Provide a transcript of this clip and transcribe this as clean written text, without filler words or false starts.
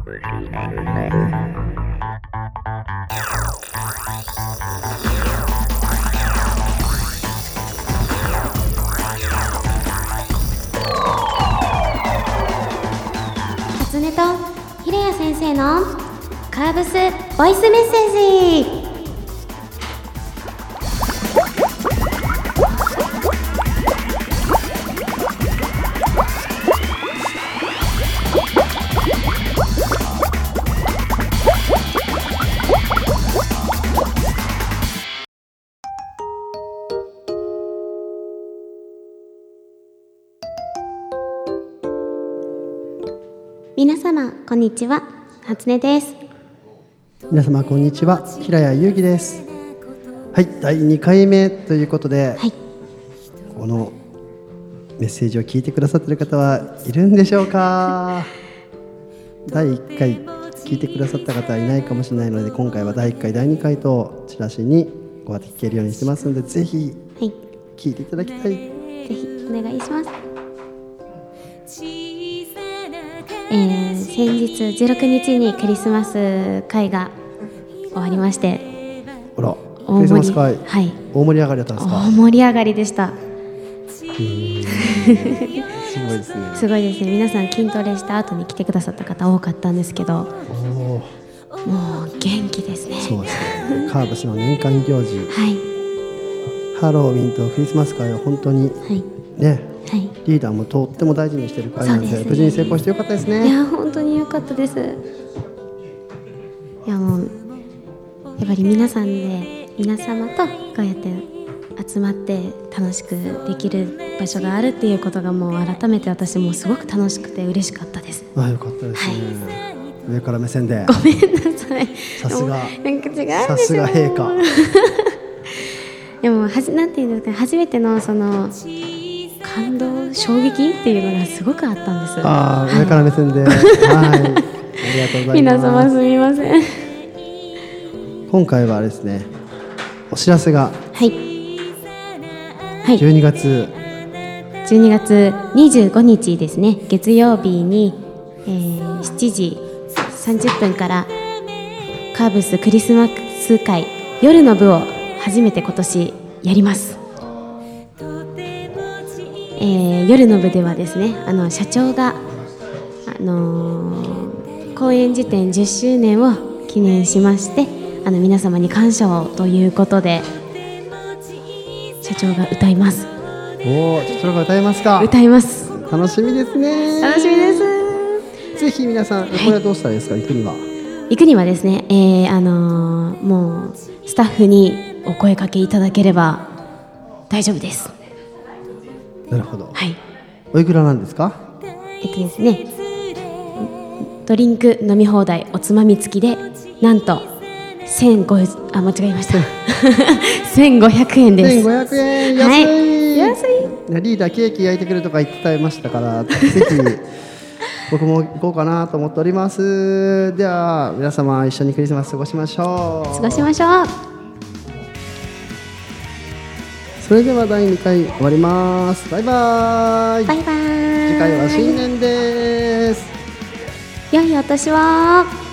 初音とひろや先生のカーブスボイスメッセージ。皆様こんにちは、初音です。 皆様こんにちは、平谷祐希です。はい、第2回目ということで、 はい、 このメッセージを聞いてくださっている方はいるんでしょうか。第1回聞いてくださった方はいないかもしれないので、今回は第1回第2回とチラシにこうやって聞けるようにしてますので、ぜひ聞いていただきたい。 ぜひお願いします。先日16日にクリスマス会が終わりまして、 あら、クリスマス会、 はい、 大盛り上がりだったんですか。 大盛り上がりでした。 すごいですね。 すごいですね。皆さん筋トレした後に来てくださった方多かったんですけど、もう元気ですね。 そうですね。カーブスの年間行事、 はい、 ハロウィンとクリスマス会は本当に、ね、 はい、 リーダーもとっても大事にしている会なの で、無事に成功してよかったですね。 いや本当によかったです。いやもうやっぱり皆さんで皆様とこうやって集まって楽しくできる場所があるっていうことがもう改めて私もすごく楽しくて嬉しかったです。 あ、よかったですね、はい、上から目線でごめんなさい。 さすがなんか違うんですよ。 さすが陛下。 でもなんていうんですか、初めてのその感動衝撃っていうのがすごくあったんです。 あ、上から目線で、はい、ありがとうございます。 皆様すみません。 今回はですね、お知らせが、 はい、はい、 12月 25日ですね、月曜日に、7時30分からカーブスクリスマス会夜の部を初めて今年やります。夜の部ではですね、社長が、公演時点10周年を記念しまして、皆様に感謝をということで社長が歌います。 おー、社長が歌いますか。 歌います。 楽しみですね。 楽しみです。 ぜひ皆さん、これはどうしたらいいですか。行くにはですね、もうスタッフにお声かけいただければ大丈夫です。 なるほど、 はい、 おいくらなんですか。 ですね、ドリンク飲み放題おつまみ付きでなんと間違えました1500円です。 1500円、安い、はい、安い。リーダーケーキ焼いてくれとか言ってましたからぜひ僕も行こうかなと思っております。では皆様一緒にクリスマス過ごしましょう。それでは第2回終わります。バイバイ。 バイバイ。 次回は新年です。 良いお年を。